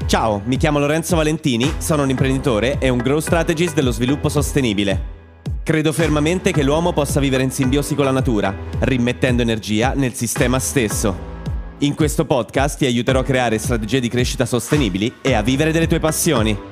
Ciao, mi chiamo Lorenzo Valentini, sono un imprenditore e un growth strategist dello sviluppo sostenibile. Credo fermamente che l'uomo possa vivere in simbiosi con la natura, rimettendo energia nel sistema stesso. In questo podcast ti aiuterò a creare strategie di crescita sostenibili e a vivere delle tue passioni.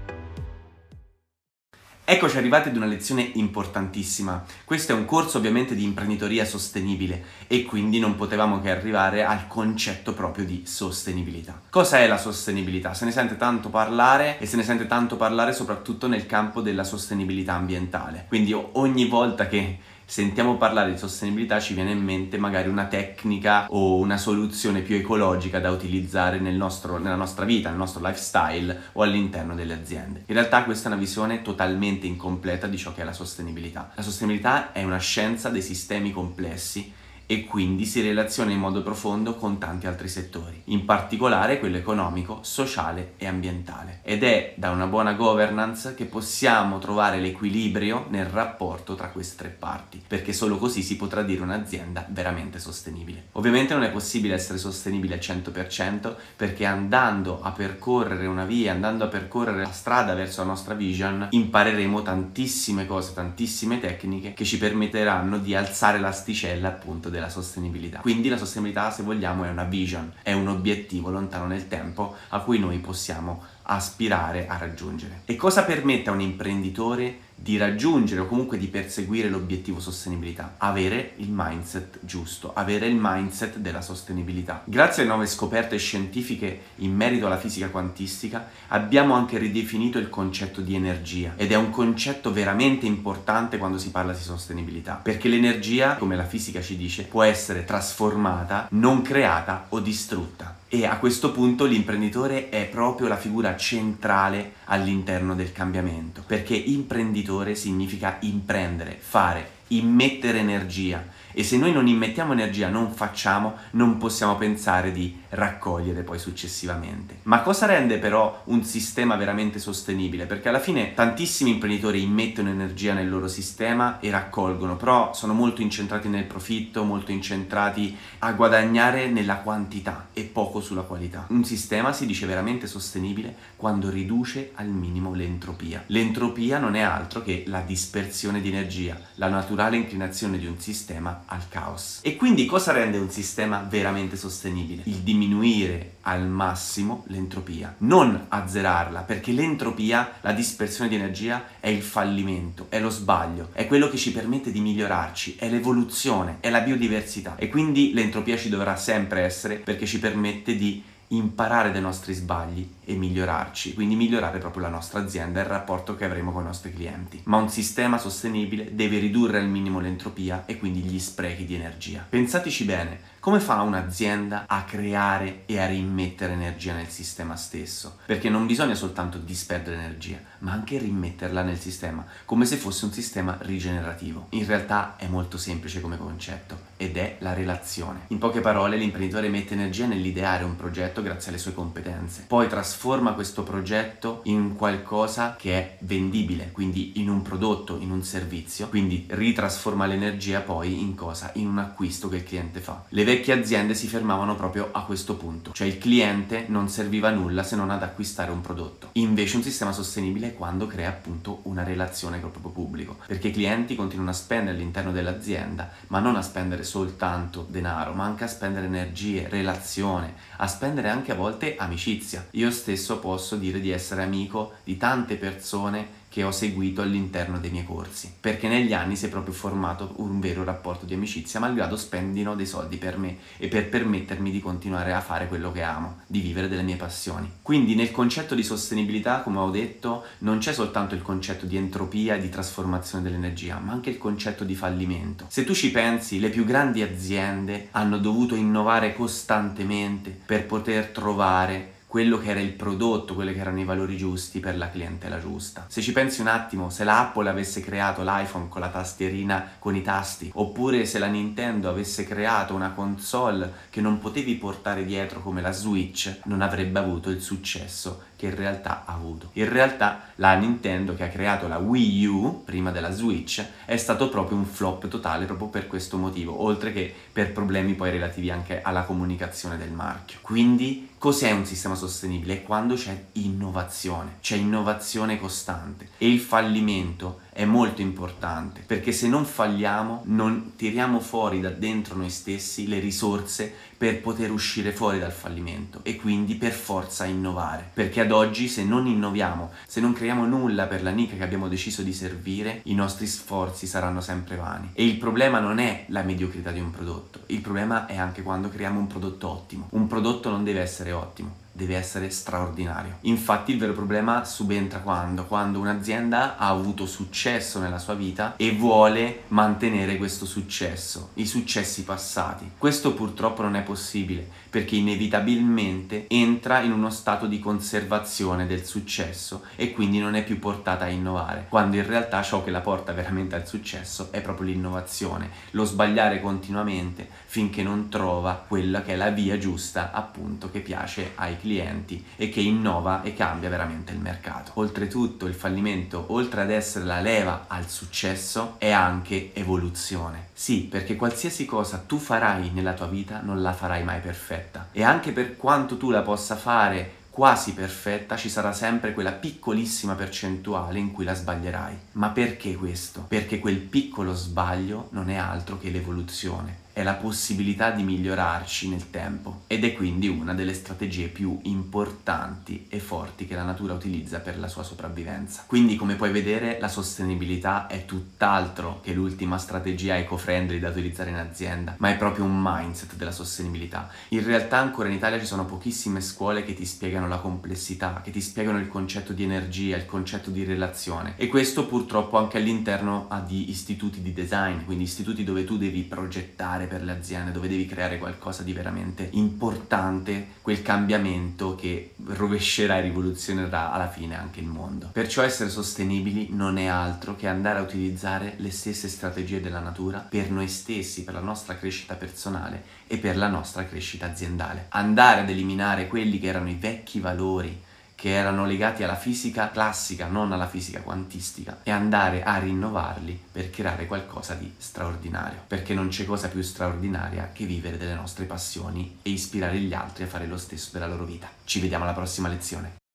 Eccoci arrivati ad una lezione importantissima. Questo è un corso ovviamente di imprenditoria sostenibile e quindi non potevamo che arrivare al concetto proprio di sostenibilità. Cosa è la sostenibilità? Se ne sente tanto parlare e se ne sente tanto parlare soprattutto nel campo della sostenibilità ambientale. Quindi ogni volta che sentiamo parlare di sostenibilità ci viene in mente magari una tecnica o una soluzione più ecologica da utilizzare nella nostra vita, nel nostro lifestyle o all'interno delle aziende. In realtà questa è una visione totalmente incompleta di ciò che è la sostenibilità. La sostenibilità è una scienza dei sistemi complessi e quindi si relaziona in modo profondo con tanti altri settori, in particolare quello economico, sociale e ambientale. Ed è da una buona governance che possiamo trovare l'equilibrio nel rapporto tra queste tre parti, perché solo così si potrà dire un'azienda veramente sostenibile. Ovviamente non è possibile essere sostenibili al 100% perché andando a percorrere una via, andando a percorrere la strada verso la nostra vision, impareremo tantissime cose, tantissime tecniche che ci permetteranno di alzare l'asticella appunto della sostenibilità. Quindi la sostenibilità, se vogliamo, è una vision, è un obiettivo lontano nel tempo a cui noi possiamo aspirare a raggiungere. E cosa permette a un imprenditore di raggiungere o comunque di perseguire l'obiettivo sostenibilità? Avere il mindset giusto, avere il mindset della sostenibilità. Grazie alle nuove scoperte scientifiche in merito alla fisica quantistica abbiamo anche ridefinito il concetto di energia ed è un concetto veramente importante quando si parla di sostenibilità, perché l'energia, come la fisica ci dice, può essere trasformata, non creata o distrutta. E a questo punto l'imprenditore è proprio la figura centrale all'interno del cambiamento, perché imprenditore significa imprendere, fare, immettere energia. E se noi non immettiamo energia, non facciamo, non possiamo pensare di raccogliere poi successivamente. Ma cosa rende però un sistema veramente sostenibile? Perché alla fine tantissimi imprenditori immettono energia nel loro sistema e raccolgono, però sono molto incentrati nel profitto, molto incentrati a guadagnare nella quantità e poco sulla qualità. Un sistema si dice veramente sostenibile quando riduce al minimo l'entropia. L'entropia non è altro che la dispersione di energia, la naturale inclinazione di un sistema al caos. E quindi cosa rende un sistema veramente sostenibile? Il diminuire al massimo l'entropia, non azzerarla, perché l'entropia, la dispersione di energia, è il fallimento, è lo sbaglio, è quello che ci permette di migliorarci, è l'evoluzione, è la biodiversità. E quindi l'entropia ci dovrà sempre essere perché ci permette di imparare dai nostri sbagli e migliorarci, quindi migliorare proprio la nostra azienda e il rapporto che avremo con i nostri clienti. Ma un sistema sostenibile deve ridurre al minimo l'entropia e quindi gli sprechi di energia. Pensateci bene, come fa un'azienda a creare e a rimettere energia nel sistema stesso? Perché non bisogna soltanto disperdere energia, ma anche rimetterla nel sistema, come se fosse un sistema rigenerativo. In realtà è molto semplice come concetto ed è la relazione. In poche parole, l'imprenditore mette energia nell'ideare un progetto grazie alle sue competenze, poi trasforma questo progetto in qualcosa che è vendibile, quindi in un prodotto, in un servizio, quindi ritrasforma l'energia poi in cosa? In un acquisto che il cliente fa. Le vecchie aziende si fermavano proprio a questo punto, cioè il cliente non serviva a nulla se non ad acquistare un prodotto. Invece un sistema sostenibile è quando crea appunto una relazione col proprio pubblico, perché i clienti continuano a spendere all'interno dell'azienda, ma non a spendere soltanto denaro, ma anche a spendere energie, relazione, a spendere anche a volte amicizia. Io stesso posso dire di essere amico di tante persone che ho seguito all'interno dei miei corsi, perché negli anni si è proprio formato un vero rapporto di amicizia, malgrado spendino dei soldi per me e per permettermi di continuare a fare quello che amo, di vivere delle mie passioni. Quindi nel concetto di sostenibilità, come ho detto, non c'è soltanto il concetto di entropia e di trasformazione dell'energia, ma anche il concetto di fallimento. Se tu ci pensi, le più grandi aziende hanno dovuto innovare costantemente per poter trovare quello che era il prodotto, quelli che erano i valori giusti per la clientela giusta. Se ci pensi un attimo, se la Apple avesse creato l'iPhone con la tastierina con i tasti, oppure se la Nintendo avesse creato una console che non potevi portare dietro come la Switch, non avrebbe avuto il successo che in realtà ha avuto. In realtà la Nintendo, che ha creato la Wii U prima della Switch, è stato proprio un flop totale proprio per questo motivo, oltre che per problemi poi relativi anche alla comunicazione del marchio. Quindi Cos'è un sistema sostenibile? È quando c'è innovazione costante, e il fallimento è molto importante, perché se non falliamo non tiriamo fuori da dentro noi stessi le risorse per poter uscire fuori dal fallimento e quindi per forza innovare, perché ad oggi se non innoviamo, se non creiamo nulla per la nicchia che abbiamo deciso di servire, i nostri sforzi saranno sempre vani. E il problema non è la mediocrità di un prodotto, il problema è anche quando creiamo un prodotto ottimo. Un prodotto non deve essere ottimo, deve essere straordinario. Infatti il vero problema subentra quando un'azienda ha avuto successo nella sua vita e vuole mantenere questo successo, i successi passati. Questo purtroppo non è possibile, perché inevitabilmente entra in uno stato di conservazione del successo e quindi non è più portata a innovare, quando in realtà ciò che la porta veramente al successo è proprio l'innovazione, lo sbagliare continuamente finché non trova quella che è la via giusta, appunto, che piace ai clienti e che innova e cambia veramente il mercato. Oltretutto il fallimento, oltre ad essere la leva al successo, è anche evoluzione. Sì, perché qualsiasi cosa tu farai nella tua vita non la farai mai perfetta, e anche per quanto tu la possa fare quasi perfetta, ci sarà sempre quella piccolissima percentuale in cui la sbaglierai. Ma perché questo? Perché quel piccolo sbaglio non è altro che l'evoluzione, è la possibilità di migliorarci nel tempo, ed è quindi una delle strategie più importanti e forti che la natura utilizza per la sua sopravvivenza. Quindi, come puoi vedere, la sostenibilità è tutt'altro che l'ultima strategia eco-friendly da utilizzare in azienda, ma è proprio un mindset della sostenibilità. In realtà ancora in Italia ci sono pochissime scuole che ti spiegano la complessità, che ti spiegano il concetto di energia, il concetto di relazione, e questo purtroppo anche all'interno di istituti di design, quindi istituti dove tu devi progettare per le aziende, dove devi creare qualcosa di veramente importante, quel cambiamento che rovescerà e rivoluzionerà alla fine anche il mondo. Perciò essere sostenibili non è altro che andare a utilizzare le stesse strategie della natura per noi stessi, per la nostra crescita personale e per la nostra crescita aziendale. Andare ad eliminare quelli che erano i vecchi valori che erano legati alla fisica classica, non alla fisica quantistica, e andare a rinnovarli per creare qualcosa di straordinario, perché non c'è cosa più straordinaria che vivere delle nostre passioni e ispirare gli altri a fare lo stesso della loro vita. Ci vediamo alla prossima lezione.